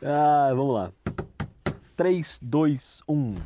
Vamos lá. 3, 2, 1.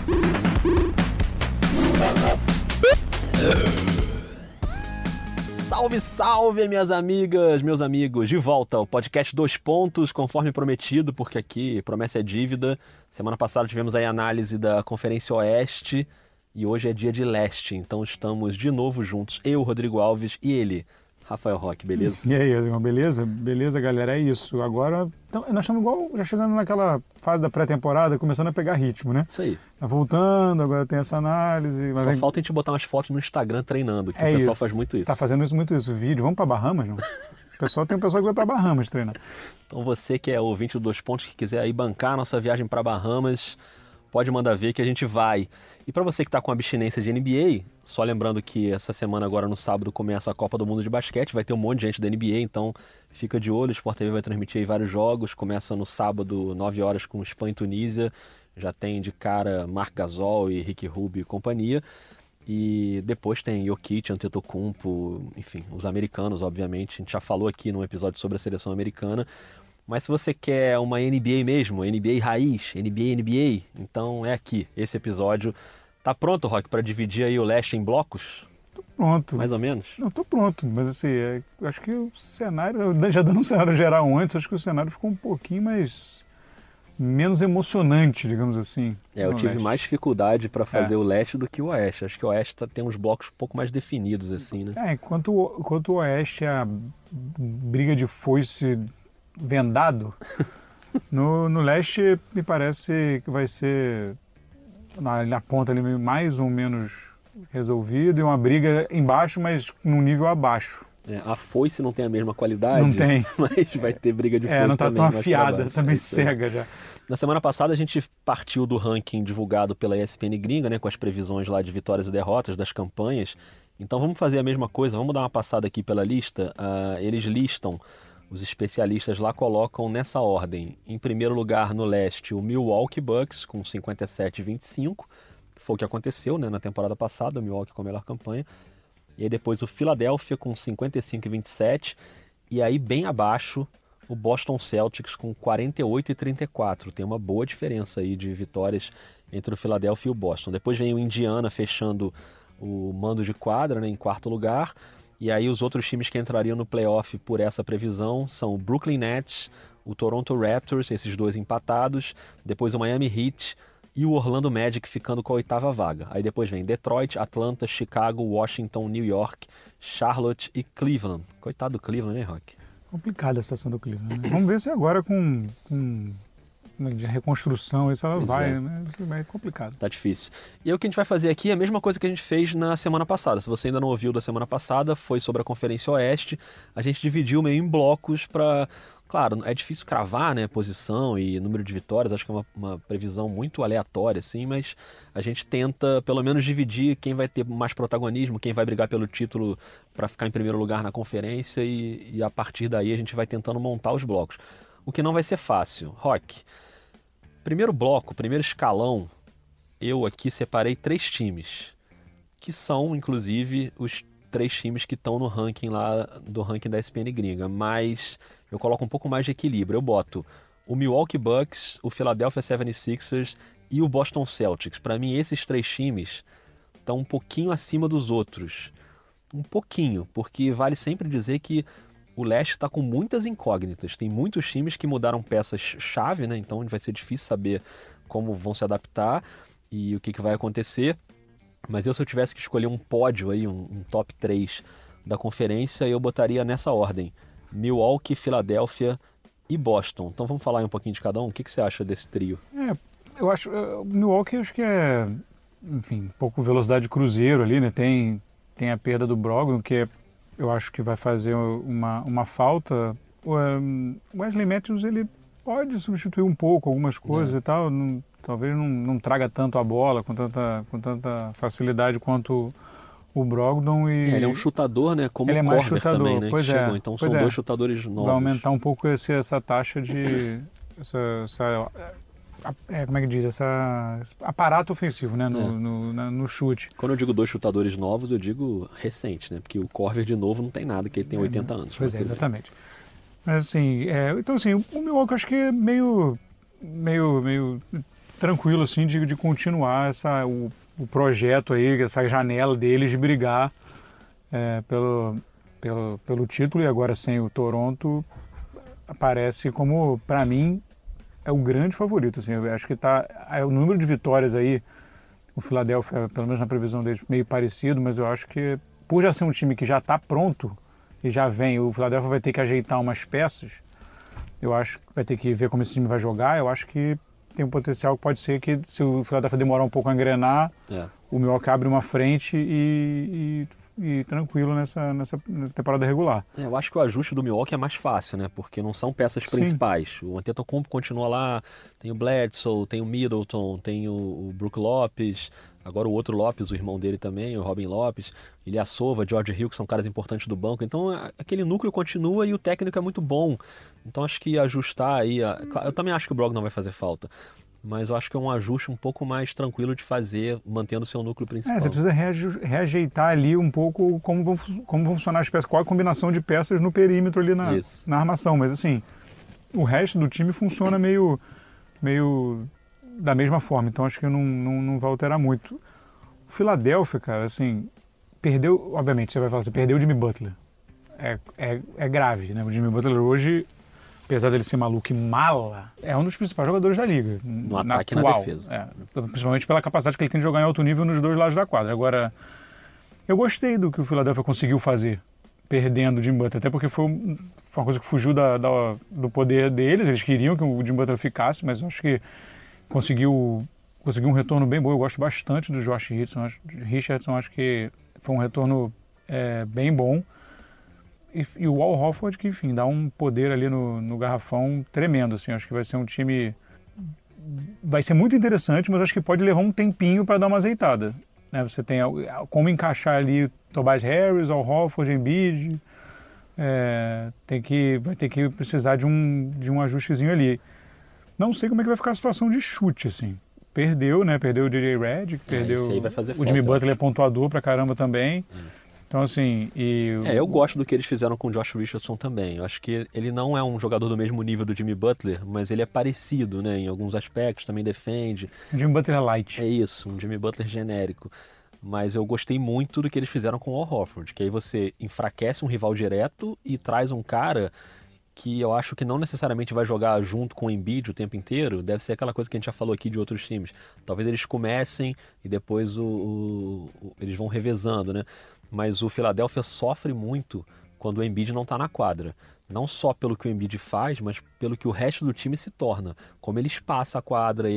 Salve, salve, minhas amigas, meus amigos. De volta ao podcast 2 Pontos, conforme prometido, porque aqui promessa é dívida. Semana passada tivemos aí a análise da Conferência Oeste e hoje é dia de Leste. Então estamos de novo juntos, eu, Rodrigo Alves, e ele, Rafael Roque, beleza? E aí, irmão, beleza? Beleza, galera, é isso. Agora, então, nós estamos igual, já chegando naquela fase da pré-temporada, começando a pegar ritmo, né? Isso aí. Tá voltando, agora tem essa análise. Só falta a gente botar umas fotos no Instagram treinando, que o pessoal faz muito isso. Tá fazendo muito isso, vídeo. Vamos pra Bahamas, não? Tem um pessoal que vai pra Bahamas treinar. Então você que é ouvinte do 2 Pontos, que quiser aí bancar a nossa viagem pra Bahamas, pode mandar ver que a gente vai. E para você que está com abstinência de NBA, só lembrando que essa semana agora no sábado começa a Copa do Mundo de Basquete, vai ter um monte de gente da NBA, então fica de olho, o Sport TV vai transmitir aí vários jogos, começa no sábado, 9 horas com Espanha e Tunísia, já tem de cara Marc Gasol e Ricky Rubio e companhia, e depois tem Jokic, Antetokounmpo, enfim, os americanos, obviamente, a gente já falou aqui num episódio sobre a seleção americana. Mas se você quer uma NBA mesmo, NBA raiz, NBA, então é aqui, esse episódio. Tá pronto, Roque, para dividir aí o leste em blocos? Tô pronto. Mais ou menos? Não, tô pronto, mas assim, acho que o cenário, já dando um cenário geral antes, acho que o cenário ficou um pouquinho menos emocionante, digamos assim. Eu tive leste. Mais dificuldade para fazer o leste do que o oeste. Acho que o oeste tem uns blocos um pouco mais definidos, assim, né? Enquanto o oeste é a briga de foice vendado, no leste me parece que vai ser na ponta ali mais ou menos resolvido e uma briga embaixo, mas num nível abaixo. A foice não tem a mesma qualidade, não tem, mas vai ter briga de foice não tá também, tão afiada, também cega já. Na semana passada a gente partiu do ranking divulgado pela ESPN gringa, né, com as previsões lá de vitórias e derrotas das campanhas. Então vamos fazer a mesma coisa, vamos dar uma passada aqui pela lista. Eles listam, os especialistas lá colocam nessa ordem. Em primeiro lugar no leste o Milwaukee Bucks com 57-25, que foi o que aconteceu, né, na temporada passada, o Milwaukee com a melhor campanha. E aí depois o Philadelphia com 55-27 e aí bem abaixo o Boston Celtics com 48-34. Tem uma boa diferença aí de vitórias entre o Philadelphia e o Boston. Depois vem o Indiana fechando o mando de quadra, né, em quarto lugar. E aí os outros times que entrariam no playoff por essa previsão são o Brooklyn Nets, o Toronto Raptors, esses dois empatados, depois o Miami Heat e o Orlando Magic ficando com a 8ª vaga. Aí depois vem Detroit, Atlanta, Chicago, Washington, New York, Charlotte e Cleveland. Coitado do Cleveland, né, Roque? Complicada a situação do Cleveland, né? Vamos ver se agora com de reconstrução, isso ela vai, né? É complicado. Tá difícil. E aí o que a gente vai fazer aqui é a mesma coisa que a gente fez na semana passada. Se você ainda não ouviu da semana passada, foi sobre a Conferência Oeste. A gente dividiu meio em blocos para... Claro, é difícil cravar, né, posição e número de vitórias, acho que é uma previsão muito aleatória, assim, mas a gente tenta pelo menos dividir quem vai ter mais protagonismo, quem vai brigar pelo título para ficar em primeiro lugar na conferência e a partir daí a gente vai tentando montar os blocos. O que não vai ser fácil. Roque, primeiro bloco, primeiro escalão, eu aqui separei 3 times, que são, inclusive, os 3 times que estão no ranking lá, do ranking da ESPN gringa, mas eu coloco um pouco mais de equilíbrio. Eu boto o Milwaukee Bucks, o Philadelphia 76ers e o Boston Celtics. Para mim, esses 3 times estão um pouquinho acima dos outros. Um pouquinho, porque vale sempre dizer que o leste está com muitas incógnitas. Tem muitos times que mudaram peças-chave, né? Então vai ser difícil saber como vão se adaptar e o que vai acontecer. Mas se eu tivesse que escolher um pódio, aí, um top 3 da conferência, eu botaria nessa ordem: Milwaukee, Philadelphia e Boston. Então vamos falar aí um pouquinho de cada um. O que você acha desse trio? Eu acho, Milwaukee acho que é, enfim, um pouco velocidade de cruzeiro ali, né? Tem a perda do Brogdon, que eu acho que vai fazer uma falta. O Wesley Matthews, ele pode substituir um pouco algumas coisas e tal, talvez não traga tanto a bola com tanta facilidade quanto o Brogdon. Ele é um chutador, né? Como ele o mais Korver chutador, também, né? Pois chegou. Então são 2 chutadores novos. Vai aumentar um pouco essa taxa de... como é que diz? Esse aparato ofensivo, né? No chute. Quando eu digo 2 chutadores novos, eu digo recente, né? Porque o Korver, de novo, não tem nada, que ele tem 80 anos. Pois é, exatamente. Mas assim, então assim, o Milwaukee eu acho que é meio tranquilo assim de continuar o projeto aí, essa janela deles de brigar pelo título, e agora sem o Toronto aparece como, para mim, é o grande favorito. Assim, eu acho que o número de vitórias aí, o Philadelphia, pelo menos na previsão deles, meio parecido, mas eu acho que por já ser um time que já está pronto e já vem, o Philadelphia vai ter que ajeitar umas peças, eu acho que vai ter que ver como esse time vai jogar, eu acho que tem um potencial que pode ser que se o Philadelphia demorar um pouco a engrenar, o Milwaukee abre uma frente e tranquilo nessa temporada regular. Eu acho que o ajuste do Milwaukee é mais fácil, né? Porque não são peças principais. O Antetokounmpo continua lá, tem o Bledsoe, tem o Middleton, tem o Brook Lopes, agora o outro Lopes, o irmão dele também, o Robin Lopes, Ilyasova, George Hill, que são caras importantes do banco. Então aquele núcleo continua e o técnico é muito bom. Então acho que ajustar aí... Eu também acho que o Brogdon vai fazer falta. Mas eu acho que é um ajuste um pouco mais tranquilo de fazer, mantendo o seu núcleo principal. Você precisa reajeitar ali um pouco como vão funcionar as peças, qual a combinação de peças no perímetro ali na armação. Mas assim, o resto do time funciona meio da mesma forma, então acho que não vai alterar muito. O Philadelphia, cara, assim, perdeu, obviamente, você vai falar, você perdeu o Jimmy Butler. É grave, né? O Jimmy Butler hoje, apesar dele ser maluco e mala, é um dos principais jogadores da liga. No ataque e na defesa. Principalmente pela capacidade que ele tem de jogar em alto nível nos dois lados da quadra. Agora, eu gostei do que o Philadelphia conseguiu fazer, perdendo o Jimmy Butler, até porque foi uma coisa que fugiu do poder deles. Eles queriam que o Jimmy Butler ficasse, mas eu acho que conseguiu um retorno bem bom. Eu gosto bastante do Josh Richardson, acho que foi um retorno bem bom. E o Al Horford, que, enfim, dá um poder ali no garrafão tremendo, assim. Acho que vai ser um time... Vai ser muito interessante, mas acho que pode levar um tempinho para dar uma azeitada, né? Você tem como encaixar ali Tobias Harris, Al Horford, Embiid... vai ter que precisar de um ajustezinho ali. Não sei como é que vai ficar a situação de chute, assim. Perdeu, né? Perdeu o DJ Redick, perdeu... Esse aí vai fazer o Jimmy Butler é pontuador pra caramba também. Então, assim... eu gosto do que eles fizeram com o Josh Richardson também. Eu acho que ele não é um jogador do mesmo nível do Jimmy Butler, mas ele é parecido, né? Em alguns aspectos, também defende. O Jimmy Butler é light. É isso, um Jimmy Butler genérico. Mas eu gostei muito do que eles fizeram com o Al Horford, que aí você enfraquece um rival direto e traz um cara que eu acho que não necessariamente vai jogar junto com o Embiid o tempo inteiro. Deve ser aquela coisa que a gente já falou aqui de outros times. Talvez eles comecem e depois eles vão revezando, né? Mas o Philadelphia sofre muito quando o Embiid não está na quadra. Não só pelo que o Embiid faz, mas pelo que o resto do time se torna. Como ele espaça a quadra,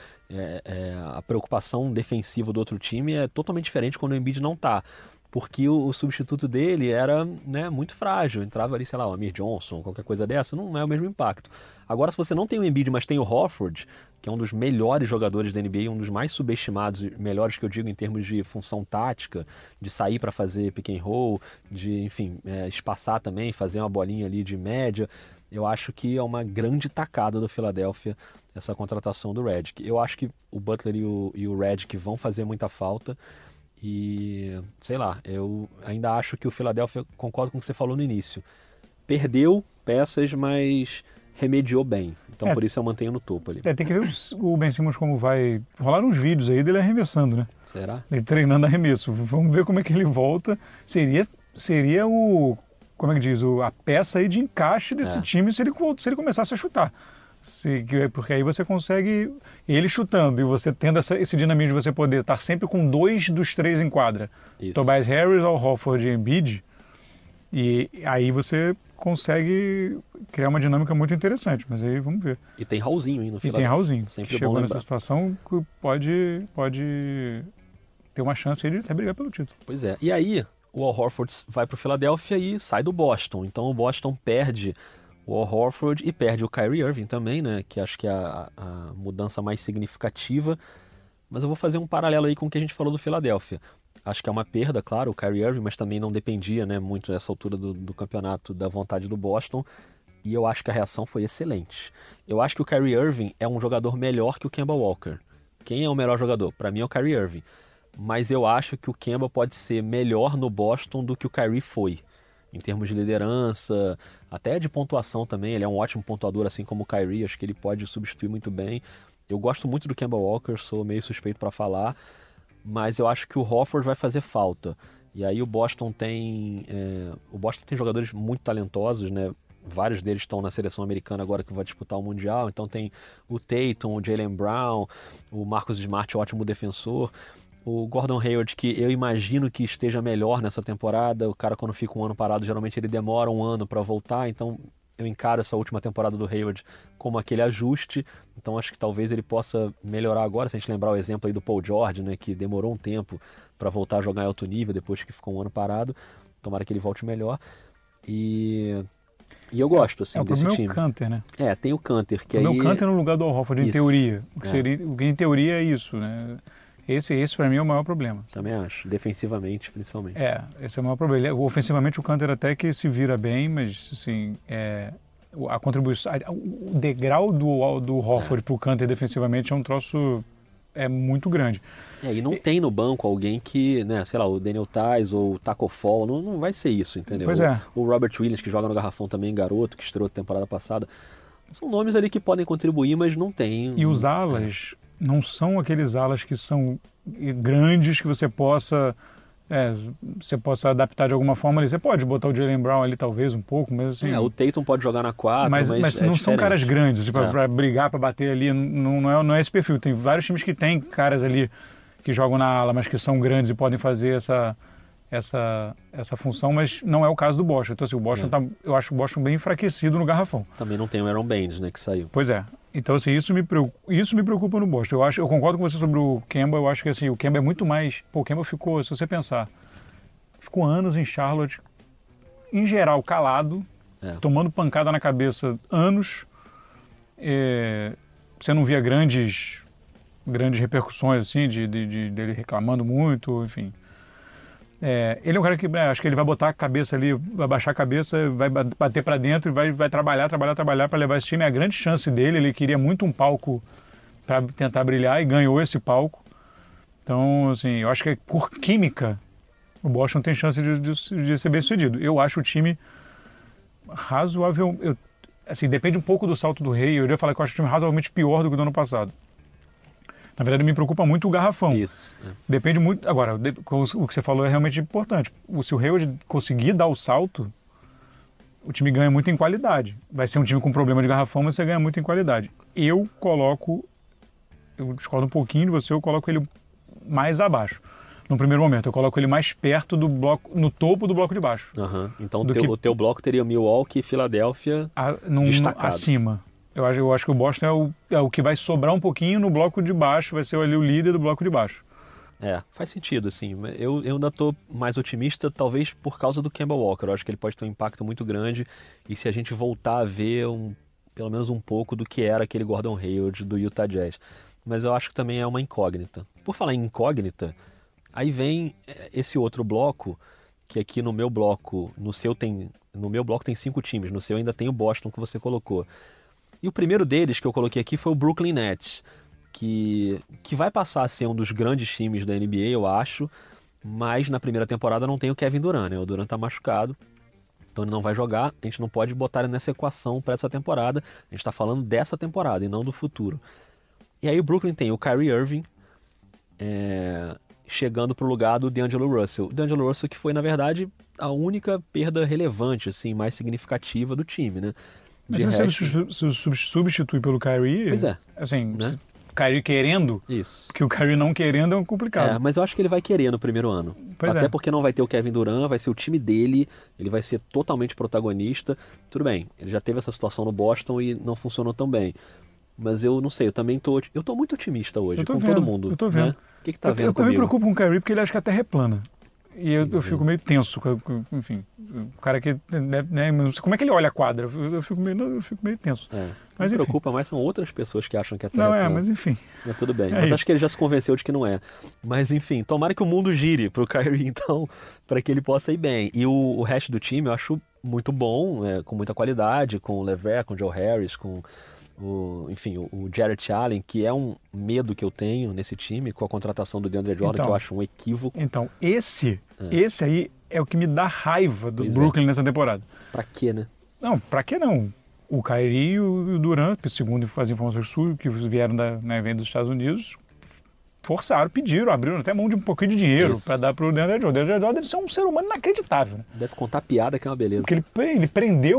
a preocupação defensiva do outro time é totalmente diferente quando o Embiid não está. Porque o substituto dele era, né, muito frágil. Entrava ali, sei lá, o Amir Johnson, qualquer coisa dessa, não é o mesmo impacto. Agora, se você não tem o Embiid, mas tem o Horford, que é um dos melhores jogadores da NBA, um dos mais subestimados, melhores que eu digo em termos de função tática, de sair para fazer pick and roll, de, enfim, espaçar também, fazer uma bolinha ali de média, eu acho que é uma grande tacada do Philadelphia essa contratação do Redick. Eu acho que o Butler e o Redick vão fazer muita falta. E, sei lá, eu ainda acho que o Philadelphia, concordo com o que você falou no início, perdeu peças, mas remediou bem. Então por isso eu mantenho no topo ali. Tem que ver o Ben Simmons como vai... Rolaram uns vídeos aí dele arremessando, né? Será? Ele treinando arremesso. Vamos ver como é que ele volta. Seria como é que diz? A peça aí de encaixe desse time se ele começasse a chutar. Porque aí você consegue, ele chutando e você tendo esse dinamismo de você poder estar sempre com 2 dos 3 em quadra. Isso. Tobias Harris, Al Horford e Embiid. E aí você consegue criar uma dinâmica muito interessante, mas aí vamos ver. E tem Raulzinho aí no final. E tem Raulzinho, sempre que chegou nessa situação que pode ter uma chance de até brigar pelo título. Pois é, e aí o Al Horford vai para o Philadelphia e sai do Boston. Então o Boston perde o Al Horford e perde o Kyrie Irving também, né? Que acho que é a mudança mais significativa. Mas eu vou fazer um paralelo aí com o que a gente falou do Philadelphia. Acho que é uma perda, claro, o Kyrie Irving, mas também não dependia, né, muito nessa altura do campeonato da vontade do Boston. E eu acho que a reação foi excelente. Eu acho que o Kyrie Irving é um jogador melhor que o Kemba Walker. Quem é o melhor jogador? Para mim é o Kyrie Irving. Mas eu acho que o Kemba pode ser melhor no Boston do que o Kyrie foi. em termos de liderança, até de pontuação também. Ele é um ótimo pontuador, assim como o Kyrie, acho que ele pode substituir muito bem. Eu gosto muito do Kemba Walker, sou meio suspeito para falar, mas eu acho que o Horford vai fazer falta. E aí o Boston tem jogadores muito talentosos, né? Vários deles estão na seleção americana agora que vai disputar o Mundial. Então tem o Tatum, o Jaylen Brown, o Marcus Smart, ótimo defensor. O Gordon Hayward, que eu imagino que esteja melhor nessa temporada. O cara, quando fica um ano parado, geralmente ele demora um ano para voltar. Então eu encaro essa última temporada do Hayward como aquele ajuste. Então acho que talvez ele possa melhorar agora. Se a gente lembrar o exemplo aí do Paul George, né, que demorou um tempo para voltar a jogar em alto nível depois que ficou um ano parado. Tomara que ele volte melhor. E eu gosto, assim, desse time. É o Kanter, né? Tem o Kanter, que o aí... meu Kanter no lugar do Al Horford, em teoria. O que em teoria é isso, né? Esse para mim é o maior problema. Também acho, defensivamente, principalmente. Esse é o maior problema. Ofensivamente o Kanter até que se vira bem, mas, assim, a contribuição... O degrau do Horford pro Kanter defensivamente é um troço muito grande. E não tem no banco alguém que, né, sei lá, o Daniel Theis ou o Taco Fall, não vai ser isso, entendeu? Pois o Robert Williams, que joga no garrafão também, garoto, que estreou temporada passada. São nomes ali que podem contribuir, mas não tem... E os alas não são aqueles alas que são grandes que você possa adaptar de alguma forma ali. Você pode botar o Jaylen Brown ali talvez um pouco, mas assim... o Tatum pode jogar na 4, mas não diferente. São caras grandes, assim, para brigar, para bater ali, não é esse perfil. Tem vários times que tem caras ali que jogam na ala, mas que são grandes e podem fazer essa função, mas não é o caso do Boston. Então, assim, o Boston eu acho o Boston bem enfraquecido no garrafão. Também não tem o Aaron Baines, né, que saiu. Pois é. Então, assim, isso me preocupa no Boston. Eu concordo com você sobre o Kemba. Eu acho que, assim, o Kemba é muito mais... o Kemba ficou, se você pensar, ficou anos em Charlotte, em geral, calado, tomando pancada na cabeça anos. Você não via grandes repercussões, assim, dele reclamando muito, enfim. Ele é um cara que acho que ele vai botar a cabeça ali, vai baixar a cabeça, vai bater para dentro e vai trabalhar para levar esse time. É a grande chance dele. Ele queria muito um palco para tentar brilhar e ganhou esse palco. Então, assim, eu acho que por química o Boston tem chance de ser bem sucedido. Eu acho o time razoável. Assim, depende um pouco do salto do Rei. Eu iria falar que eu acho o time razoavelmente pior do que o do ano passado. Na verdade, me preocupa muito o garrafão. Isso. Depende muito... Agora, o que você falou é realmente importante. Se o Hayward conseguir dar o salto, o time ganha muito em qualidade. Vai ser um time com problema de garrafão, mas você ganha muito em qualidade. Eu discordo um pouquinho de você, eu coloco ele mais abaixo. No primeiro momento, eu coloco ele mais perto do bloco, no topo do bloco de baixo. Então o teu bloco teria Milwaukee e Filadélfia destacado. Acima. Eu acho que o Boston é o que vai sobrar um pouquinho no bloco de baixo, vai ser ali o líder do bloco de baixo. Faz sentido, assim. Eu ainda estou mais otimista, talvez por causa do Kemba Walker. Eu acho que ele pode ter um impacto muito grande. E se a gente voltar a ver pelo menos um pouco do que era aquele Gordon Hayward do Utah Jazz. Mas eu acho que também é uma incógnita. Por falar em incógnita, aí vem esse outro bloco, que aqui no meu bloco, no meu bloco tem 5 times, no seu ainda tem o Boston que você colocou. E o primeiro deles que eu coloquei aqui foi o Brooklyn Nets, que vai passar a ser um dos grandes times da NBA, eu acho, mas na primeira temporada não tem o Kevin Durant, né? O Durant tá machucado, então ele não vai jogar, a gente não pode botar ele nessa equação para essa temporada, a gente está falando dessa temporada e não do futuro. E aí o Brooklyn tem o Kyrie Irving chegando para o lugar do D'Angelo Russell. O D'Angelo Russell que foi, na verdade, a única perda relevante, assim, mais significativa do time, né? Mas você substitui pelo Kyrie... Pois é. Assim, né? Kyrie querendo, isso. Que o Kyrie não querendo é complicado. Mas eu acho que ele vai querer no primeiro ano. Até porque não vai ter o Kevin Durant, vai ser o time dele, ele vai ser totalmente protagonista. Tudo bem, ele já teve essa situação no Boston e não funcionou tão bem. Mas eu não sei, eu tô muito otimista hoje, todo mundo. Eu tô vendo. Né? O que tá vendo comigo? Eu me preocupo com o Kyrie porque ele acha que a Terra é plana. E eu fico meio tenso, enfim, o cara que, né, não sei como é que ele olha a quadra, eu fico meio tenso. Mas me preocupa mais são outras pessoas que acham que a Terra é plana. Mas enfim. Tudo bem, mas acho que ele já se convenceu de que não é. Mas enfim, tomara que o mundo gire pro Kyrie então, para que ele possa ir bem. E o resto do time eu acho muito bom, com muita qualidade, com o LeVert, com o Joe Harris, com o Jarrett Allen, que é um medo que eu tenho nesse time, com a contratação do DeAndre Jordan, que eu acho um equívoco. Então, esse aí é o que me dá raiva do Pois Brooklyn nessa temporada. Pra quê, né? Não, pra que não? O Kyrie e o Durant, segundo as informações que vieram vêm dos Estados Unidos, forçaram, pediram, abriram até mão de um pouquinho de dinheiro para dar pro DeAndre Jordan. O DeAndre Jordan deve ser um ser humano inacreditável. Né? Deve contar piada que é uma beleza. Porque ele prendeu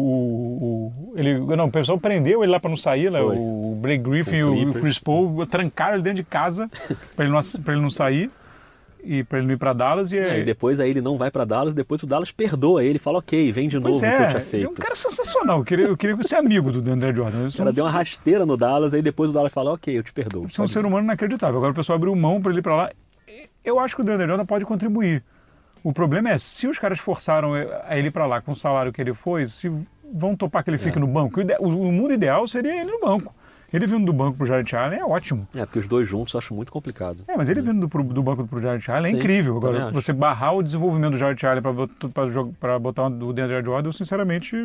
o pessoal prendeu ele lá para não sair, né? O Blake Griffin e o Chris Paul trancaram ele dentro de casa para ele não sair. E para ele não ir para Dallas e depois aí ele não vai para Dallas, depois o Dallas perdoa ele, fala ok, vem de novo que eu te aceito. É um cara sensacional, eu queria ser amigo do DeAndre Jordan. O cara deu uma rasteira no Dallas, aí depois o Dallas fala ok, eu te perdoo. Você é um ser humano inacreditável, agora o pessoal abriu mão para ele ir para lá. Eu acho que o DeAndre Jordan pode contribuir. O problema é, se os caras forçaram a ele ir para lá com o salário que ele foi, se vão topar que ele fique no banco, o mundo ideal seria ele no banco. Ele vindo do banco pro Jarrett Allen é ótimo. Porque os dois juntos eu acho muito complicado. Mas ele vindo do banco pro Jarrett Allen é incrível. Agora, você barrar o desenvolvimento do Jarrett Allen para botar o DeAndre Jordan, eu sinceramente,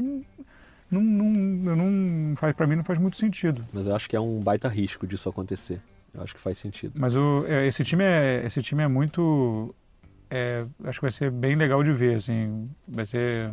para mim não faz muito sentido. Mas eu acho que é um baita risco disso acontecer. Eu acho que faz sentido. Mas esse time é muito... acho que vai ser bem legal de ver, assim, vai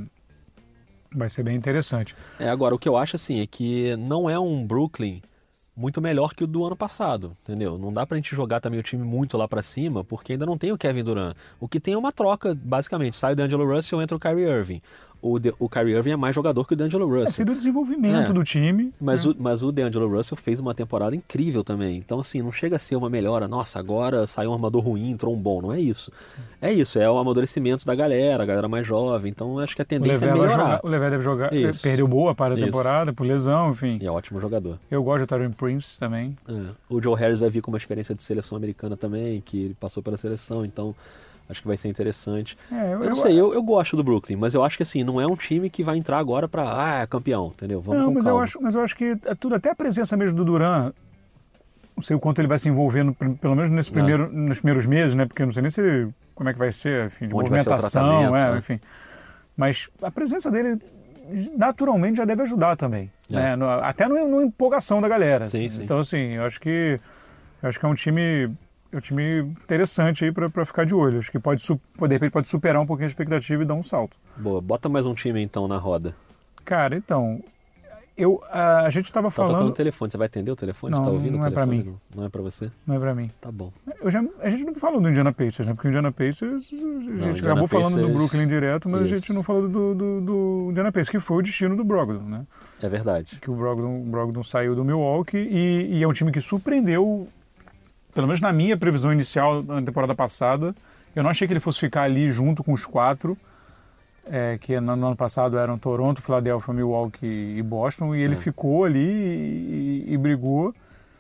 ser bem interessante. Agora, o que eu acho assim é que não é um Brooklyn muito melhor que o do ano passado, entendeu? Não dá pra gente jogar também o time muito lá pra cima, porque ainda não tem o Kevin Durant. O que tem é uma troca, basicamente. Sai o D'Angelo Russell, entra o Kyrie Irving. O Kyrie Irving é mais jogador que o D'Angelo Russell. Seria o desenvolvimento do time. Mas o D'Angelo Russell fez uma temporada incrível também. Então, assim, não chega a ser uma melhora. Nossa, agora saiu um armador ruim, entrou um bom. Não é isso. É isso, é o amadurecimento da galera, a galera mais jovem. Então, acho que a tendência é melhorar. O Lever deve jogar. Perdeu boa para a temporada, por lesão, enfim. E é ótimo jogador. Eu gosto do Taurean Prince também. O Joe Harris vai vir com uma experiência de seleção americana também, que ele passou pela seleção, então... Acho que vai ser interessante. Eu não sei, eu gosto do Brooklyn, mas eu acho que assim, não é um time que vai entrar agora pra, campeão, entendeu? Vamos com calma. Mas eu acho que tudo, até a presença mesmo do Durant, não sei o quanto ele vai se envolver, pelo menos nos primeiros meses, né? Porque eu não sei nem como é que vai ser, enfim, de onde movimentação, enfim. Mas a presença dele naturalmente já deve ajudar também, né? Até na empolgação da galera. Sim. Então, assim, eu acho que é um time interessante aí pra ficar de olho. Acho que de repente pode superar um pouquinho a expectativa e dar um salto. Boa, bota mais um time então na roda. Cara, então, a gente estava falando... Tá tocando o telefone, você vai atender o telefone? Não, você tá ouvindo não o telefone? É pra mim. Não é pra você? Não é pra mim. Tá bom. A gente não falou do Indiana Pacers, né? Porque o Indiana Pacers, a gente acabou falando do Brooklyn direto, mas a gente não falou do Indiana Pacers, que foi o destino do Brogdon, né? É verdade. Que o Brogdon saiu do Milwaukee e é um time que surpreendeu, pelo menos na minha previsão inicial na temporada passada. Eu não achei que ele fosse ficar ali junto com os quatro, que no ano passado eram Toronto, Philadelphia, Milwaukee e Boston, e ele ficou ali e brigou.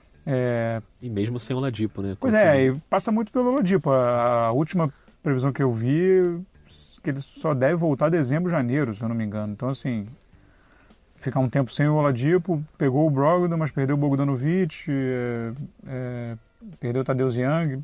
E mesmo sem o Oladipo, né? Pois e passa muito pelo Oladipo. A última previsão que eu vi, que ele só deve voltar dezembro, janeiro, se eu não me engano. Então, assim, ficar um tempo sem o Oladipo, pegou o Brogdon, mas perdeu o Bogdanovic, perdeu o Tadeusz Young.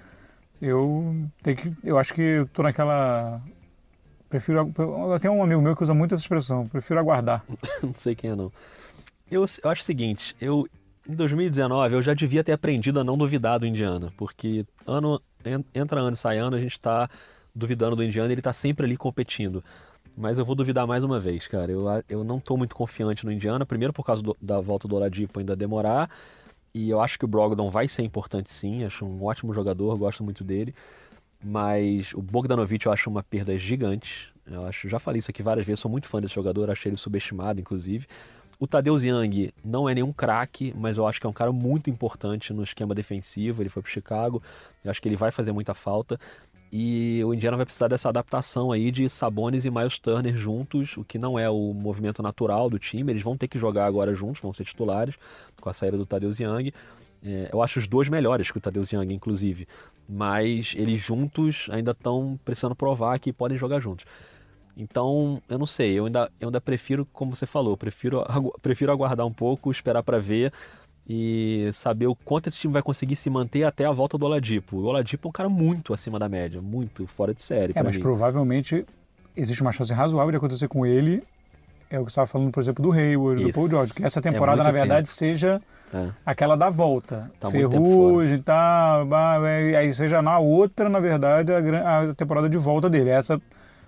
Eu acho que eu tô naquela... Tem um amigo meu que usa muito essa expressão, prefiro aguardar. Não sei quem é, não. Eu acho o seguinte, em 2019 eu já devia ter aprendido a não duvidar do Indiana, porque entra ano e sai ano, a gente tá duvidando do Indiana e ele tá sempre ali competindo. Mas eu vou duvidar mais uma vez, cara. Eu não tô muito confiante no Indiana, primeiro por causa da volta do Oladipo ainda demorar, e eu acho que o Brogdon vai ser importante sim, acho um ótimo jogador, gosto muito dele. Mas o Bogdanovic eu acho uma perda gigante. Já falei isso aqui várias vezes, sou muito fã desse jogador, achei ele subestimado, inclusive. O Tadeusz Young não é nenhum craque, mas eu acho que é um cara muito importante no esquema defensivo. Ele foi pro Chicago, eu acho que ele vai fazer muita falta. E o Indiana vai precisar dessa adaptação aí de Sabonis e Miles Turner juntos, o que não é o movimento natural do time. Eles vão ter que jogar agora juntos, vão ser titulares com a saída do Tadeusz Young. Eu acho os dois melhores que o Tadeusz Young, inclusive. Mas eles juntos ainda estão precisando provar que podem jogar juntos. Então, eu não sei, eu ainda prefiro, como você falou, prefiro aguardar um pouco, esperar para ver e saber o quanto esse time vai conseguir se manter até a volta do Oladipo. O Oladipo é um cara muito acima da média, muito fora de série. Mas provavelmente existe uma chance razoável de acontecer com ele. É o que você estava falando, por exemplo, do Hayward, do Paul George, que essa temporada, na verdade, seja aquela da volta. Tá Ferrugem, aí seja na outra, na verdade, a temporada de volta dele. Essa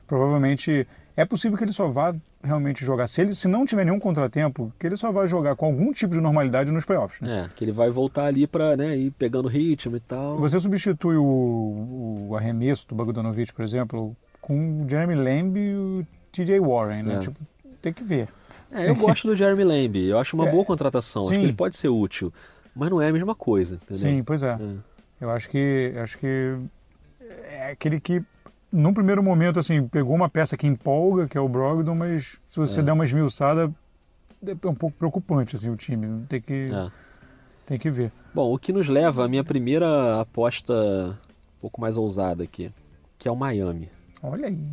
Provavelmente é possível que ele só vá realmente jogar. Se não tiver nenhum contratempo, que ele só vai jogar com algum tipo de normalidade nos playoffs. Né? Que ele vai voltar ali para, né, ir pegando ritmo e tal. Você substitui o arremesso do Bogdanovic, por exemplo, com o Jeremy Lamb e o TJ Warren, né? Tipo, tem que ver. Eu gosto do Jeremy Lamb, eu acho uma boa contratação, sim. Acho que ele pode ser útil, mas não é a mesma coisa, entendeu? Sim, pois é. Eu acho que é aquele que, num primeiro momento, assim, pegou uma peça que empolga, que é o Brogdon, mas se você der uma esmiuçada, é um pouco preocupante, assim, o time. Tem que ver. Bom, o que nos leva à minha primeira aposta um pouco mais ousada aqui, que é o Miami. Olha aí.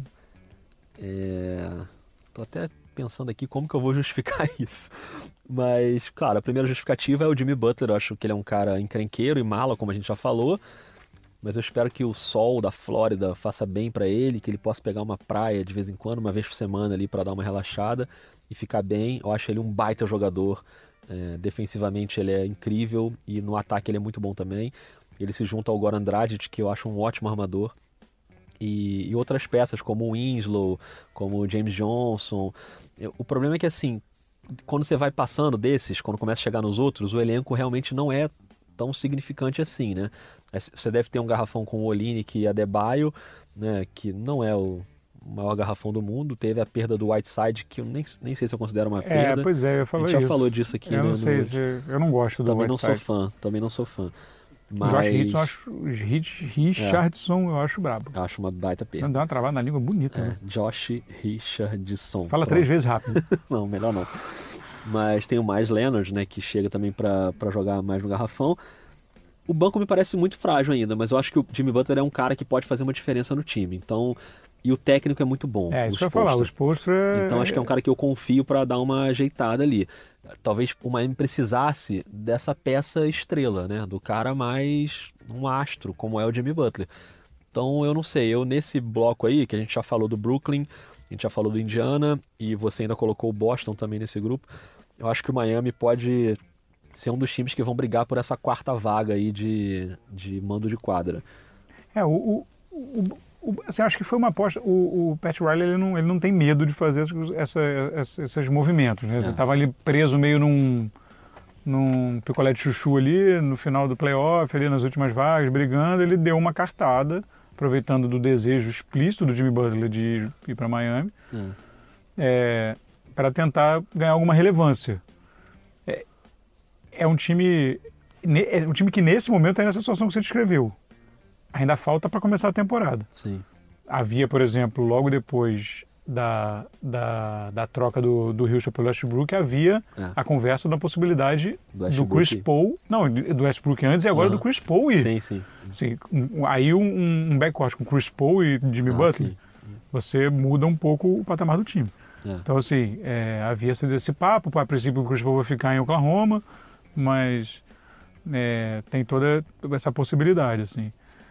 Tô até pensando aqui como que eu vou justificar isso. Mas, claro, a primeira justificativa é o Jimmy Butler. Eu acho que ele é um cara encrenqueiro e mala, como a gente já falou. Mas eu espero que o sol da Flórida faça bem para ele, que ele possa pegar uma praia de vez em quando, uma vez por semana ali para dar uma relaxada e ficar bem. Eu acho ele um baita jogador. Defensivamente ele é incrível e no ataque ele é muito bom também. Ele se junta ao Goran Dragic, que eu acho um ótimo armador. E outras peças como o Winslow, como o James Johnson. O problema é que, assim, quando você vai passando desses, quando começa a chegar nos outros, o elenco realmente não é tão significante assim, né? Você deve ter um garrafão com o Olynyk e Adebayo, né, que não é o maior garrafão do mundo. Teve a perda do Whiteside, que eu nem sei se eu considero uma perda. Pois é, eu falei isso. A gente já falou disso aqui, eu né? Não sei, eu não gosto do Whiteside. Também não sou fã. Mas... Richardson eu acho brabo. Eu acho uma baita perda. Dá uma travada na língua bonita, né? Josh Richardson. Fala 3 vezes rápido. Não, melhor não. Mas tem o Myles Leonard, né, que chega também para jogar mais no garrafão. O banco me parece muito frágil ainda, mas eu acho que o Jimmy Butler é um cara que pode fazer uma diferença no time. Então, e o técnico é muito bom. Isso que eu ia falar, o Spoelstra... Então acho que é um cara que eu confio para dar uma ajeitada ali. Talvez o Miami precisasse dessa peça estrela, né? Do cara mais um astro, como é o Jimmy Butler. Então eu não sei, eu nesse bloco aí, que a gente já falou do Brooklyn, a gente já falou do Indiana, e você ainda colocou o Boston também nesse grupo, eu acho que o Miami pode ser um dos times que vão brigar por essa quarta vaga aí de mando de quadra. Assim, acho que foi uma aposta. O Pat Riley ele não tem medo de fazer esses movimentos. Né? Ele estava ali preso meio num picolé de chuchu ali, no final do playoff, ali nas últimas vagas, brigando. Ele deu uma cartada, aproveitando do desejo explícito do Jimmy Butler de ir para Miami, para tentar ganhar alguma relevância. É um time que nesse momento está nessa situação que você descreveu. Ainda falta para começar a temporada. Sim. Havia, por exemplo, logo depois da troca do Houston pelo Westbrook, havia a conversa da possibilidade do Chris Paul... Não, do Westbrook antes e agora do Chris Paul. Sim. Aí um backcourt com Chris Paul e Jimmy Butler, você muda um pouco o patamar do time. Então, assim, havia esse papo. A princípio, o Chris Paul vai ficar em Oklahoma, mas tem toda essa possibilidade, assim.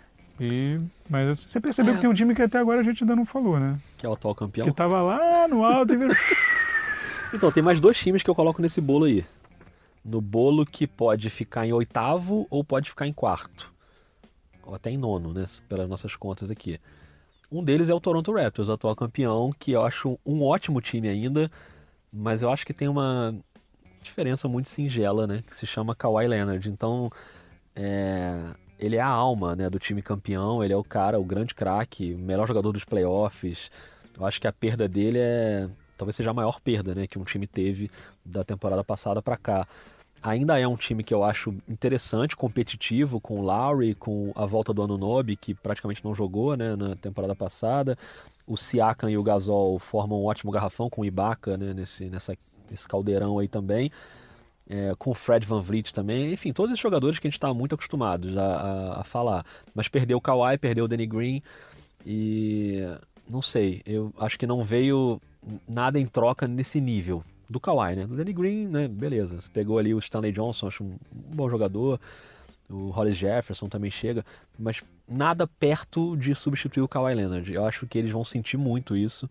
Mas você percebeu que tem um time que até agora a gente ainda não falou, né? Que é o atual campeão. Que tava lá no alto e virou... Então, tem mais 2 times que eu coloco nesse bolo aí. No bolo que pode ficar em 8º ou pode ficar em 4º. Ou até em 9º, né? Pelas nossas contas aqui. Um deles é o Toronto Raptors, o atual campeão, que eu acho um ótimo time ainda, mas eu acho que tem uma diferença muito singela, né? Que se chama Kawhi Leonard. Então, ele é a alma, né, do time campeão, ele é o cara, o grande craque, o melhor jogador dos playoffs. Eu acho que a perda dele talvez seja a maior perda, né, que um time teve da temporada passada para cá. Ainda é um time que eu acho interessante, competitivo, com o Lowry, com a volta do Anunoby, que praticamente não jogou, né, na temporada passada. O Siakam e o Gasol formam um ótimo garrafão com o Ibaka, né, nesse caldeirão aí também. Com o Fred VanVleet também, enfim, todos esses jogadores que a gente está muito acostumados a falar. Mas perdeu o Kawhi, perdeu o Danny Green e não sei, eu acho que não veio nada em troca nesse nível do Kawhi, né? Do Danny Green, né? Beleza, você pegou ali o Stanley Johnson, acho um bom jogador, o Hollis Jefferson também chega, mas nada perto de substituir o Kawhi Leonard. Eu acho que eles vão sentir muito isso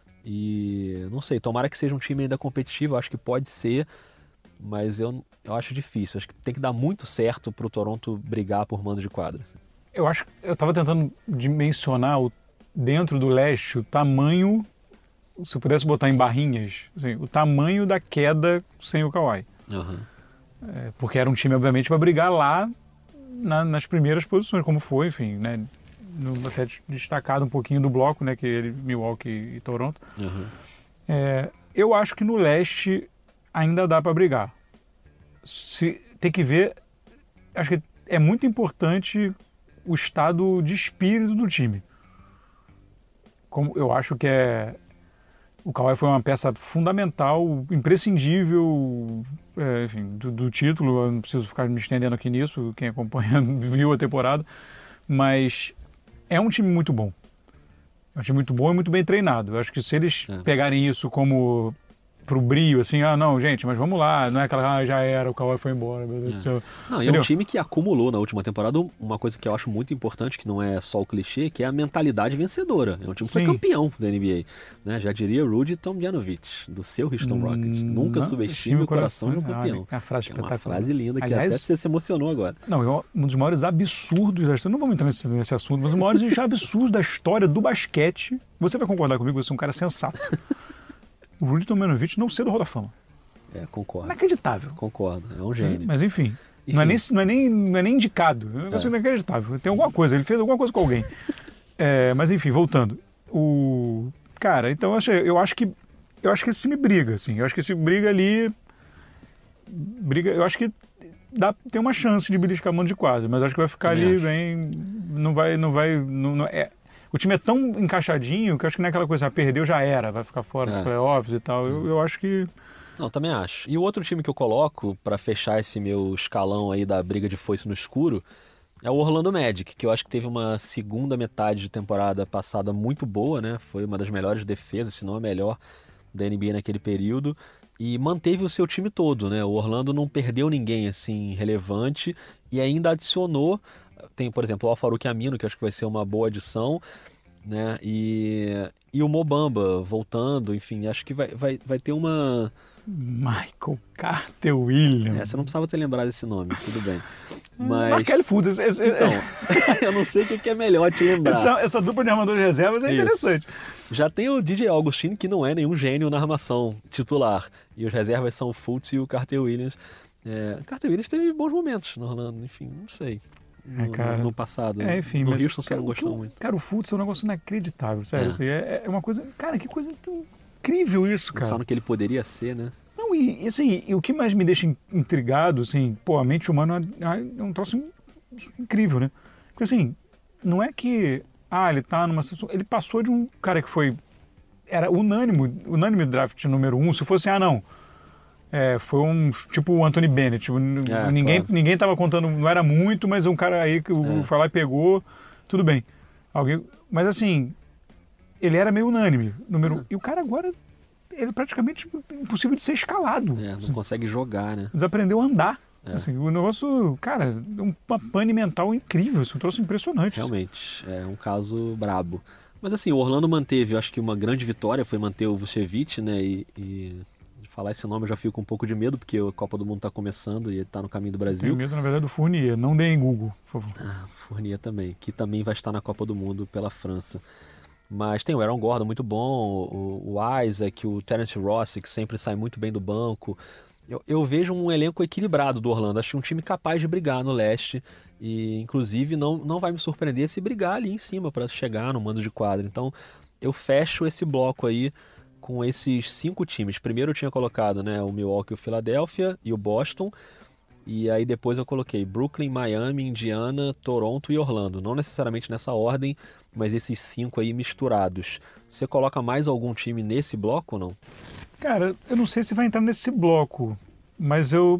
e não sei, tomara que seja um time ainda competitivo, eu acho que pode ser, mas eu acho difícil. Acho que tem que dar muito certo para o Toronto brigar por mando de quadra. Eu estava tentando dimensionar dentro do leste, o tamanho, se eu pudesse botar em barrinhas, assim, o tamanho da queda sem o Kawhi. Uhum. Porque era um time, obviamente, para brigar lá nas primeiras posições, como foi, enfim, né? Até destacado um pouquinho do bloco, né? Que ele, Milwaukee e Toronto. Uhum. Eu acho que no leste ainda dá para brigar. Tem que ver, acho que é muito importante o estado de espírito do time. Como eu acho que o Kawhi foi uma peça fundamental, imprescindível, enfim, do título. Eu não preciso ficar me estendendo aqui nisso, quem acompanha viu a temporada, mas é um time muito bom. É um time muito bom e muito bem treinado. Eu acho que se eles pegarem isso como pro brio, assim, não, gente, mas vamos lá, não é aquela, já era, o Kawhi foi embora, meu Deus do céu. Não, e é um time que acumulou na última temporada uma coisa que eu acho muito importante, que não é só o clichê, que é a mentalidade vencedora. É um time que foi campeão da NBA, né? Já diria Rudy Tomljanovic, do seu Houston Rockets. Nunca subestime o coração de um campeão. É uma frase espetacular. Uma frase linda, que aliás, até você se emocionou agora. Não, um dos maiores absurdos da história, não vamos entrar nesse assunto, mas um dos maiores absurdos da história do basquete, você vai concordar comigo, você é um cara sensato. O Rudy Tomljanovic não ser do Hall da Fama. Concordo. Inacreditável. Concordo, é um gênio. Mas enfim. Não é nem indicado. É um negócio inacreditável. Tem alguma coisa, ele fez alguma coisa com alguém. Mas enfim, voltando. Cara, então eu acho que esse time briga, assim. Eu acho que esse briga ali. Eu acho que tem uma chance de beliscar mão de quadra, mas acho que vai ficar ali bem. O time é tão encaixadinho que eu acho que não é aquela coisa, perdeu já era, vai ficar fora dos playoffs e tal. Eu acho que... Não, também acho. E o outro time que eu coloco para fechar esse meu escalão aí da briga de foice no escuro é o Orlando Magic, que eu acho que teve uma segunda metade de temporada passada muito boa, né? Foi uma das melhores defesas, se não a melhor da NBA naquele período. E manteve o seu time todo, né? O Orlando não perdeu ninguém, assim, relevante e ainda adicionou... Tem, por exemplo, o Al-Farouq Amino, que acho que vai ser uma boa adição, né? E o Mo Bamba voltando, enfim, acho que vai ter uma... Michael Carter Williams. Você não precisava ter lembrado esse nome, tudo bem. Mas... Markel Fultz. Então, eu não sei o que é melhor te lembrar. Essa dupla de armadores de reservas é interessante. Já tem o DJ Augustin, que não é nenhum gênio na armação titular. E os reservas são o Fultz e o Carter Williams. O Carter Williams teve bons momentos no Orlando, enfim, não sei. No passado. Enfim, no mas, Houston você não gostou muito. Cara, o Fultz é um negócio inacreditável, sério. Assim, é uma coisa... Cara, que coisa tão incrível isso, cara. Pensar no que ele poderia ser, né? Não, e assim, o que mais me deixa intrigado, assim, a mente humana é um troço incrível, né? Porque assim, não é que... ele tá numa situação... Ele passou de um cara que era unânime draft número 1, se fosse, foi tipo o Anthony Bennett. Tipo, ninguém tava contando, não era muito, mas um cara aí que foi lá e pegou, tudo bem. Mas assim, ele era meio unânime. E o cara agora, ele é praticamente impossível de ser escalado. Não consegue jogar, né? Desaprendeu a andar. Assim, o negócio, cara, uma pane mental incrível, isso é um troço impressionante. Realmente, é um caso brabo. Mas assim, o Orlando manteve, eu acho que uma grande vitória foi manter o Vucevic, né? E falar esse nome eu já fico com um pouco de medo, porque a Copa do Mundo está começando e ele está no caminho do Brasil. Eu tenho medo, na verdade, do Fournier. Não deem Google, por favor. Fournier também, que também vai estar na Copa do Mundo pela França. Mas tem o Aaron Gordon muito bom, o Isaac, o Terence Ross, que sempre sai muito bem do banco. Eu vejo um elenco equilibrado do Orlando. Acho que um time capaz de brigar no leste. E, inclusive, não vai me surpreender se brigar ali em cima para chegar no mando de quadra. Então, eu fecho esse bloco aí com esses 5 times. Primeiro eu tinha colocado, né, o Milwaukee, o Philadelphia e o Boston. E aí depois eu coloquei Brooklyn, Miami, Indiana, Toronto e Orlando. Não necessariamente nessa ordem, mas esses 5 aí misturados. Você coloca mais algum time nesse bloco ou não? Cara, eu não sei se vai entrar nesse bloco, mas eu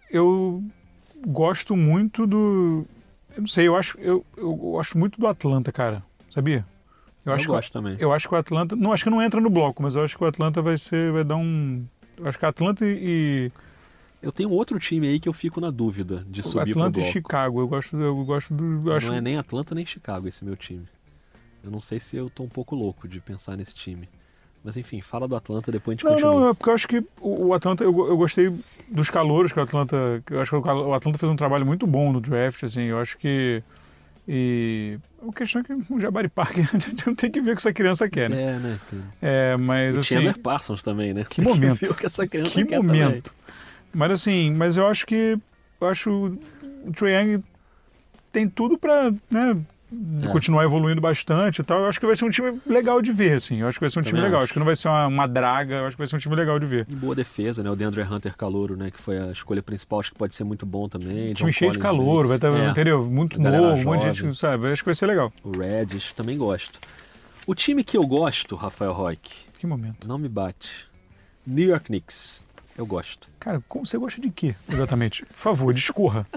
gosto muito do... Eu não sei, eu acho muito do Atlanta, cara. Sabia? Eu gosto também. Eu acho que o Atlanta... Não, acho que não entra no bloco, mas eu acho que o Atlanta vai dar um... Eu acho que Atlanta e... Eu tenho outro time aí que eu fico na dúvida de subir pro bloco. Atlanta e Chicago. Eu gosto do... Não é nem Atlanta nem Chicago esse meu time. Eu não sei se eu tô um pouco louco de pensar nesse time. Mas enfim, fala do Atlanta, depois a gente continua. Não, é porque eu acho que o Atlanta... Eu gostei dos calouros que o Atlanta... Eu acho que o Atlanta fez um trabalho muito bom no draft, assim. Eu acho que E a questão é que o Jabari Parker não tem que ver o que essa criança quer, né? Mas e assim... Chandler Parsons também, né? Que momento. Que ver o que essa criança que quer momento. Também. Mas assim, eu acho o Trae Young tem tudo pra, né, continuar evoluindo bastante e tal. Eu acho que vai ser um time legal de ver, assim. Eu acho que vai ser um time legal. Acho que não vai ser uma draga. Eu acho que vai ser um time legal de ver. E boa defesa, né? O DeAndre Hunter calouro, né? Que foi a escolha principal. Acho que pode ser muito bom também. Time cheio de calouro, vai estar, entendeu? Muito novo, um monte de gente, sabe? Eu acho que vai ser legal. O Reddish, também gosto. O time que eu gosto, Rafael Roque. Que momento. Não me bate. New York Knicks. Eu gosto. Cara, como você gosta de quê, exatamente? Por favor, discorra.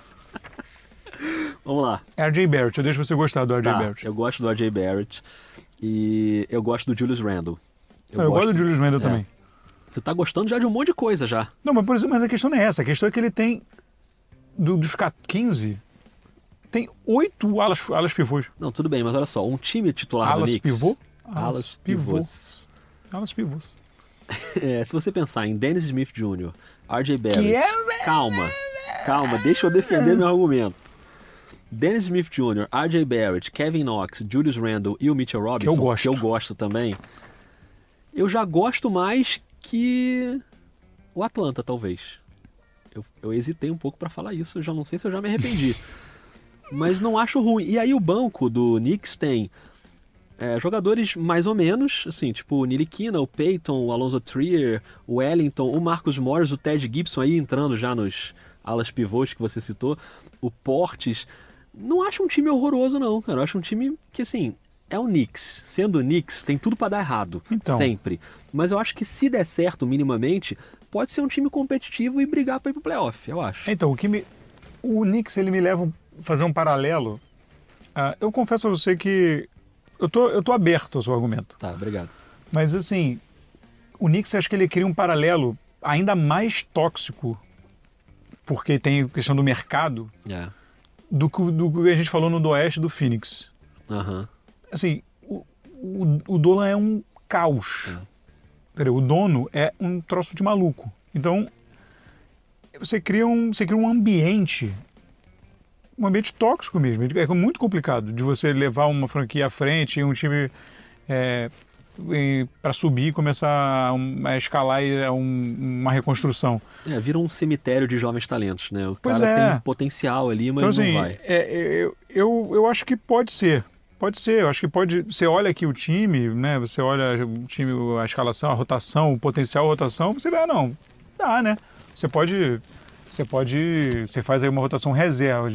Vamos lá. RJ Barrett, eu deixo você gostar do RJ Barrett. Eu gosto do RJ Barrett e eu gosto do Julius Randle. Eu gosto do Julius Randle também. Você tá gostando já de um monte de coisa já. Não, mas por exemplo, a questão não é essa. A questão é que ele tem, dos 15, tem 8 alas pivôs. Não, tudo bem, mas olha só, um time titular do Knicks... Alas pivôs. Alas pivôs. Se você pensar em Dennis Smith Jr., RJ Barrett... Calma, deixa eu defender meu argumento. Dennis Smith Jr., RJ Barrett, Kevin Knox, Julius Randle e o Mitchell Robinson, que eu gosto também, eu já gosto mais que o Atlanta, talvez. Eu hesitei um pouco pra falar isso, eu já não sei se eu já me arrependi. Mas não acho ruim. E aí o banco do Knicks tem jogadores mais ou menos, assim, tipo o Ntilikina, o Peyton, o Alonzo Trier, o Wellington, o Marcus Morris, o Ted Gibson aí entrando já nos alas pivôs que você citou, o Portis. Não acho um time horroroso não, cara. Eu acho um time que, assim, é o Knicks. Sendo o Knicks, tem tudo pra dar errado, sempre. Mas eu acho que se der certo minimamente, pode ser um time competitivo e brigar pra ir pro playoff, eu acho. Então, o Knicks, ele me leva a fazer um paralelo. Eu confesso pra você que eu tô aberto ao seu argumento. Tá, obrigado. Mas, assim, o Knicks, acho que ele cria um paralelo ainda mais tóxico, porque tem a questão do mercado, do que a gente falou no do Oeste do Phoenix. Assim, o Dolan é um caos. O dono é um troço de maluco. Então, você cria um ambiente tóxico mesmo. É muito complicado de você levar uma franquia à frente e um time para subir e começar a escalar uma reconstrução. Vira um cemitério de jovens talentos, né? O cara tem potencial ali, mas então, assim, não vai. Eu acho que pode ser. Pode ser, eu acho que pode. Você olha aqui o time, né? Você olha o time, a escalação, a rotação, o potencial rotação, você vê, não, dá, né? Você faz aí uma rotação reserva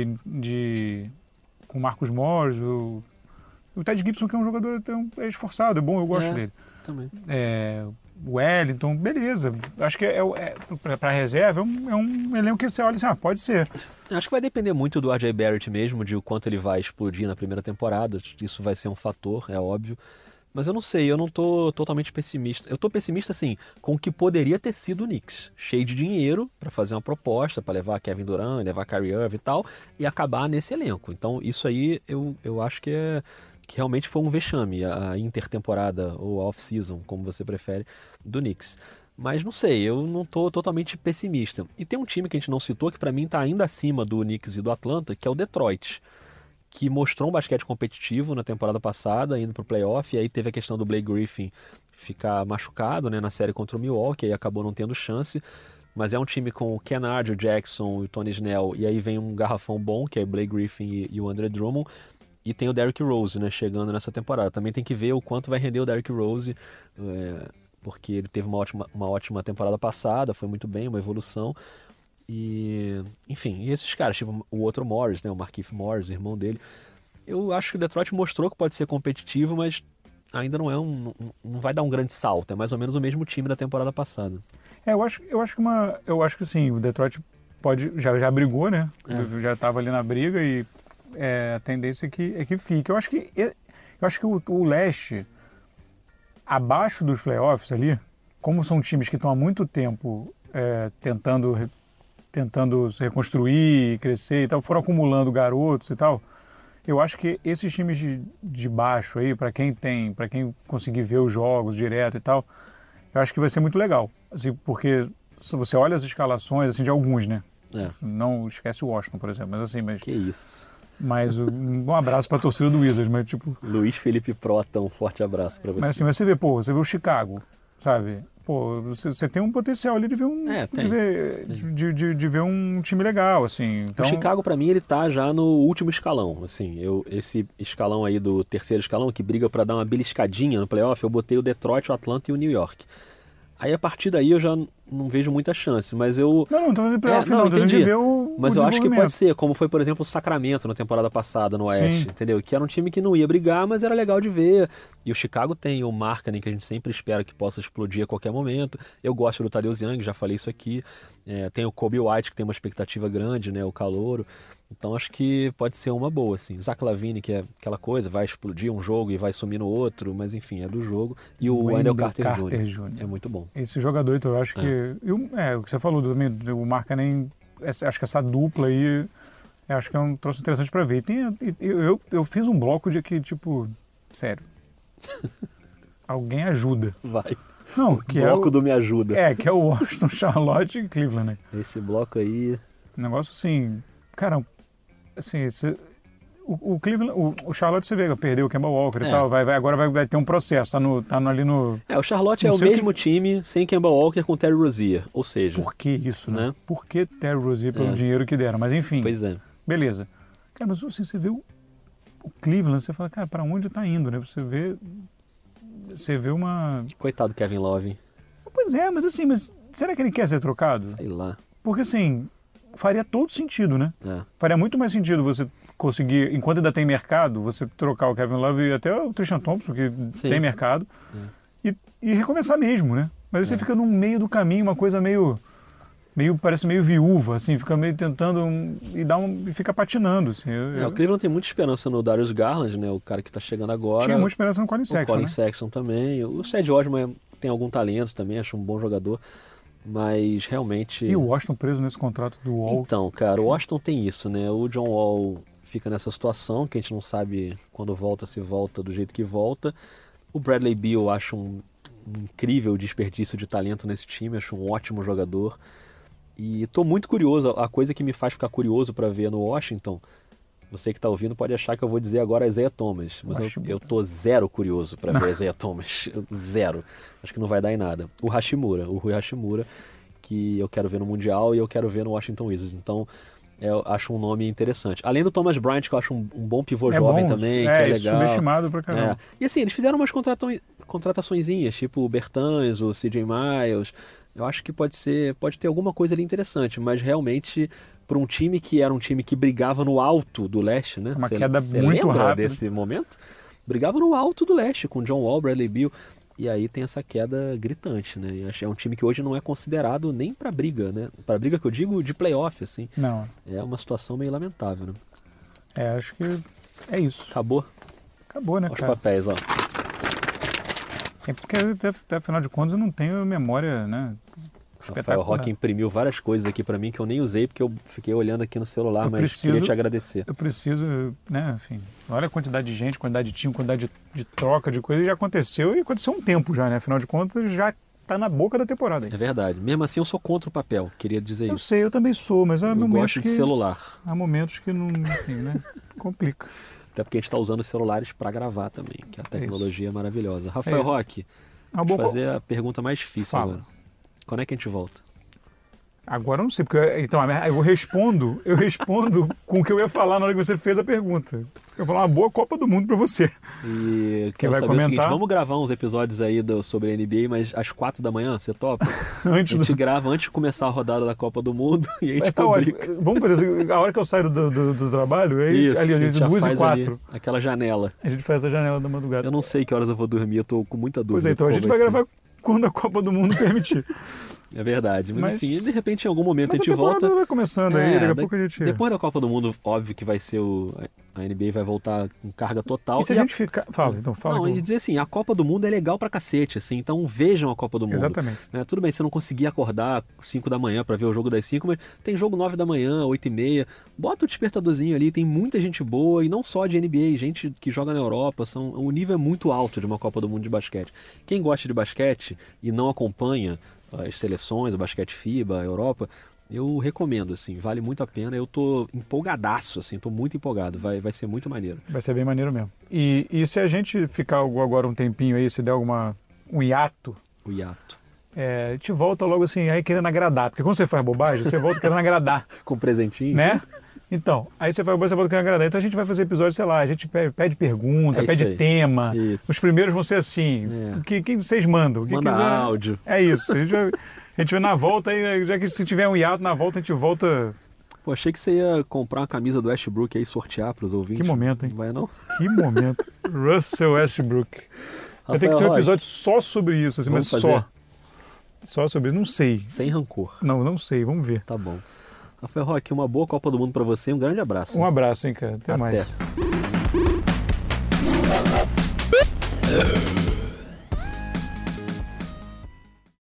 com o Marcus Morris, o Ted Gibson, que é um jogador esforçado, é bom, eu gosto dele. Também. O Wellington, beleza. Acho que para reserva é um elenco que você olha assim, pode ser. Acho que vai depender muito do RJ Barrett mesmo, de o quanto ele vai explodir na primeira temporada. Isso vai ser um fator, é óbvio. Mas eu não sei, eu não tô totalmente pessimista. Eu tô pessimista, assim, com o que poderia ter sido o Knicks. Cheio de dinheiro para fazer uma proposta, para levar Kevin Durant, levar Kyrie Irving e tal, e acabar nesse elenco. Então, isso aí eu acho que realmente foi um vexame, a intertemporada ou a off-season, como você prefere, do Knicks. Mas não sei, eu não tô totalmente pessimista. E tem um time que a gente não citou, que para mim tá ainda acima do Knicks e do Atlanta, que é o Detroit, que mostrou um basquete competitivo na temporada passada, indo pro playoff, e aí teve a questão do Blake Griffin ficar machucado, né, na série contra o Milwaukee, aí acabou não tendo chance. Mas é um time com o Kennard, o Jackson e o Tony Snell, e aí vem um garrafão bom, que é o Blake Griffin e o Andre Drummond. E tem o Derrick Rose, né, chegando nessa temporada. Também tem que ver o quanto vai render o Derrick Rose, porque ele teve uma ótima temporada passada, foi muito bem, uma evolução. E, enfim, e esses caras, tipo o outro Morris, né, o Markieff Morris, o irmão dele. Eu acho que o Detroit mostrou que pode ser competitivo, mas ainda não vai dar um grande salto. É mais ou menos o mesmo time da temporada passada. Eu acho que sim, o Detroit já brigou, né? Já estava ali na briga e a tendência é que fique. Eu acho que o leste, abaixo dos playoffs ali, como são times que estão há muito tempo tentando se reconstruir, crescer e tal, foram acumulando garotos e tal, eu acho que esses times de baixo aí, para quem conseguir ver os jogos direto e tal, eu acho que vai ser muito legal. Assim, porque se você olha as escalações assim, de alguns, né? Não esquece o Washington, por exemplo, mas assim... Que isso? Mas um abraço pra torcida do Wizards, mas tipo... Luiz Felipe Prota, um forte abraço pra você. Mas assim, você vê, pô, você vê o Chicago, sabe? Pô, você tem um potencial ali de ver de ver um time legal, assim. Então... O Chicago, pra mim, ele tá já no último escalão, assim. Esse escalão aí do terceiro escalão, que briga pra dar uma beliscadinha no playoff, eu botei o Detroit, o Atlanta e o New York. Aí, a partir daí, eu já não vejo muita chance, mas eu... Não tô falando de playoff, não, entendi. De ver mas o eu acho que pode ser, como foi, por exemplo, o Sacramento na temporada passada no Oeste, Sim. entendeu? Que era um time que não ia brigar, mas era legal de ver. E o Chicago tem o Markkanen, que a gente sempre espera que possa explodir a qualquer momento. Eu gosto do Tadeusz Young, já falei isso aqui. Tem o Kobe White, que tem uma expectativa grande, né? O calouro. Então acho que pode ser uma boa, assim. Zach LaVine, que é aquela coisa, vai explodir um jogo e vai sumir no outro, mas enfim, é do jogo. E o Wendell Carter Jr. é muito bom. Esse jogador, então, eu acho que... o que você falou, o Markkanen, acho que essa dupla aí, acho que é um troço interessante pra ver. Eu fiz um bloco de que, tipo, sério, alguém ajuda. Vai. Não, o bloco do Me Ajuda. Que é o Washington, Charlotte e Cleveland, né? Esse bloco aí... Negócio assim, cara, assim, o Cleveland, o Charlotte, você vê, perdeu o Kemba Walker e tal, agora vai ter um processo, tá ali no... o Charlotte é o mesmo time sem Kemba Walker com Terry Rozier, ou seja... Por que isso, né? Por que Terry Rozier pelo dinheiro que deram? Mas enfim, pois é. Beleza. Cara, mas assim, você vê o Cleveland, você fala, cara, pra onde tá indo, né? Você vê uma... Coitado do Kevin Love, hein? Pois é, mas assim, será que ele quer ser trocado? Sei lá. Porque assim, faria todo sentido, né? É. Faria muito mais sentido você conseguir, enquanto ainda tem mercado, você trocar o Kevin Love e até o Tristan Thompson, que tem mercado, e recomeçar mesmo, né? Mas aí você fica no meio do caminho, uma coisa parece meio viúva, assim, fica meio tentando e fica patinando, assim. O Cleveland tem muita esperança no Darius Garland, né? O cara que tá chegando agora. Tinha muita esperança no Colin Sexton, o Colin Sexton também. O Cedi Osman tem algum talento também, acho um bom jogador. Mas realmente... E o Washington preso nesse contrato do Wall? Então, cara, o Washington tem isso, né? O John Wall fica nessa situação, que a gente não sabe quando volta, se volta do jeito que volta. O Bradley Beal eu acho um incrível desperdício de talento nesse time, acho um ótimo jogador. E tô muito curioso, a coisa que me faz ficar curioso para ver no Washington, você que tá ouvindo pode achar que eu vou dizer agora Isaiah Thomas, mas eu tô zero curioso para ver Isaiah Thomas, zero. Acho que não vai dar em nada. O Rui Hashimura, que eu quero ver no Mundial e eu quero ver no Washington Wizards, então eu acho um nome interessante. Além do Thomas Bryant, que eu acho um bom pivô jovem também, que é legal. Subestimado pra caramba. E assim, eles fizeram umas contrataçõezinhas, tipo o Bertans, o CJ Miles. Eu acho que pode ter alguma coisa ali interessante, mas realmente para um time que era um time que brigava no alto do leste, né? Uma queda muito rápida desse momento? Brigava no alto do leste, com John Wall, Bradley Beal, e aí tem essa queda gritante, né? E é um time que hoje não é considerado nem para briga, né? Para briga que eu digo de playoff, assim. Não. É uma situação meio lamentável, né? Acho que é isso. Acabou, né, os cara? Os papéis, ó. É porque até afinal de contas eu não tenho memória, né? Rafael Roque imprimiu várias coisas aqui pra mim que eu nem usei porque eu fiquei olhando aqui no celular, mas queria te agradecer. Eu preciso, né, enfim, olha a quantidade de gente, quantidade de time, quantidade de troca de coisa, já aconteceu e aconteceu há um tempo já, né? Afinal de contas já tá na boca da temporada aí. É verdade. Mesmo assim eu sou contra o papel, queria dizer isso. Eu sei, eu também sou, mas há momentos gosto de celular. Há momentos que não, enfim, né? Complica. Até porque a gente tá usando os celulares para gravar também, que a tecnologia é maravilhosa. Rafael Roque, vou fazer a pergunta mais difícil agora. Quando é que a gente volta? Agora eu não sei, porque então eu respondo com o que eu ia falar na hora que você fez a pergunta. Eu vou falar uma boa Copa do Mundo para você. E quem vai comentar? Seguinte, vamos gravar uns episódios aí sobre a NBA, mas às 4 da manhã, você topa? A gente grava antes de começar a rodada da Copa do Mundo e a gente publica. Vamos fazer assim, a hora que eu saio do trabalho, isso, ali 2h04. Aquela janela. A gente faz a janela da madrugada. Eu não sei que horas eu vou dormir, eu tô com muita dúvida. Pois é, então a gente vai gravar quando a Copa do Mundo permitir. É verdade, mas enfim, de repente em algum momento a gente volta. Mas a temporada vai começando aí, daqui a pouco a gente... Depois da Copa do Mundo, óbvio que vai ser a NBA vai voltar com carga total. E se a gente ficar... Fala. Não, e dizer assim, a Copa do Mundo é legal pra cacete, assim, então vejam a Copa do Mundo. Exatamente. Tudo bem, você não conseguir acordar 5 da manhã pra ver o jogo das 5, mas tem jogo 9 da manhã, 8h30, bota o despertadorzinho ali, tem muita gente boa, e não só de NBA, gente que joga na Europa, o nível é muito alto de uma Copa do Mundo de basquete. Quem gosta de basquete e não acompanha as seleções, o basquete FIBA, a Europa, Eu recomendo, assim, vale muito a pena. Eu tô empolgadaço, assim, tô muito empolgado. Vai ser muito maneiro. Vai ser bem maneiro mesmo. E se a gente ficar agora um tempinho aí, se der um hiato, O hiato. a gente volta logo assim, aí querendo agradar. Porque quando você faz bobagem, você volta querendo agradar, Com presentinho? né? Então, aí você volta querendo agradar. Então a gente vai fazer episódios, sei lá, a gente pede pergunta, É isso pede aí. tema. Isso. Os primeiros vão ser assim, o que vocês mandam? O que Manda quiser. áudio. É isso, a gente vai na volta, aí, já que se tiver um hiato na volta, a gente volta. Pô, achei que você ia comprar uma camisa do Westbrook aí e sortear pros ouvintes. Que momento, hein? Não vai não? Que momento. Russell Westbrook. Vai ter que ter um episódio só sobre isso, assim, mas Vamos fazer? Só sobre isso. Não sei. Sem rancor. Não sei, vamos ver. Tá bom. Rafael Roque, uma boa Copa do Mundo pra você e um grande abraço. Um abraço, hein, cara. Até mais. Até.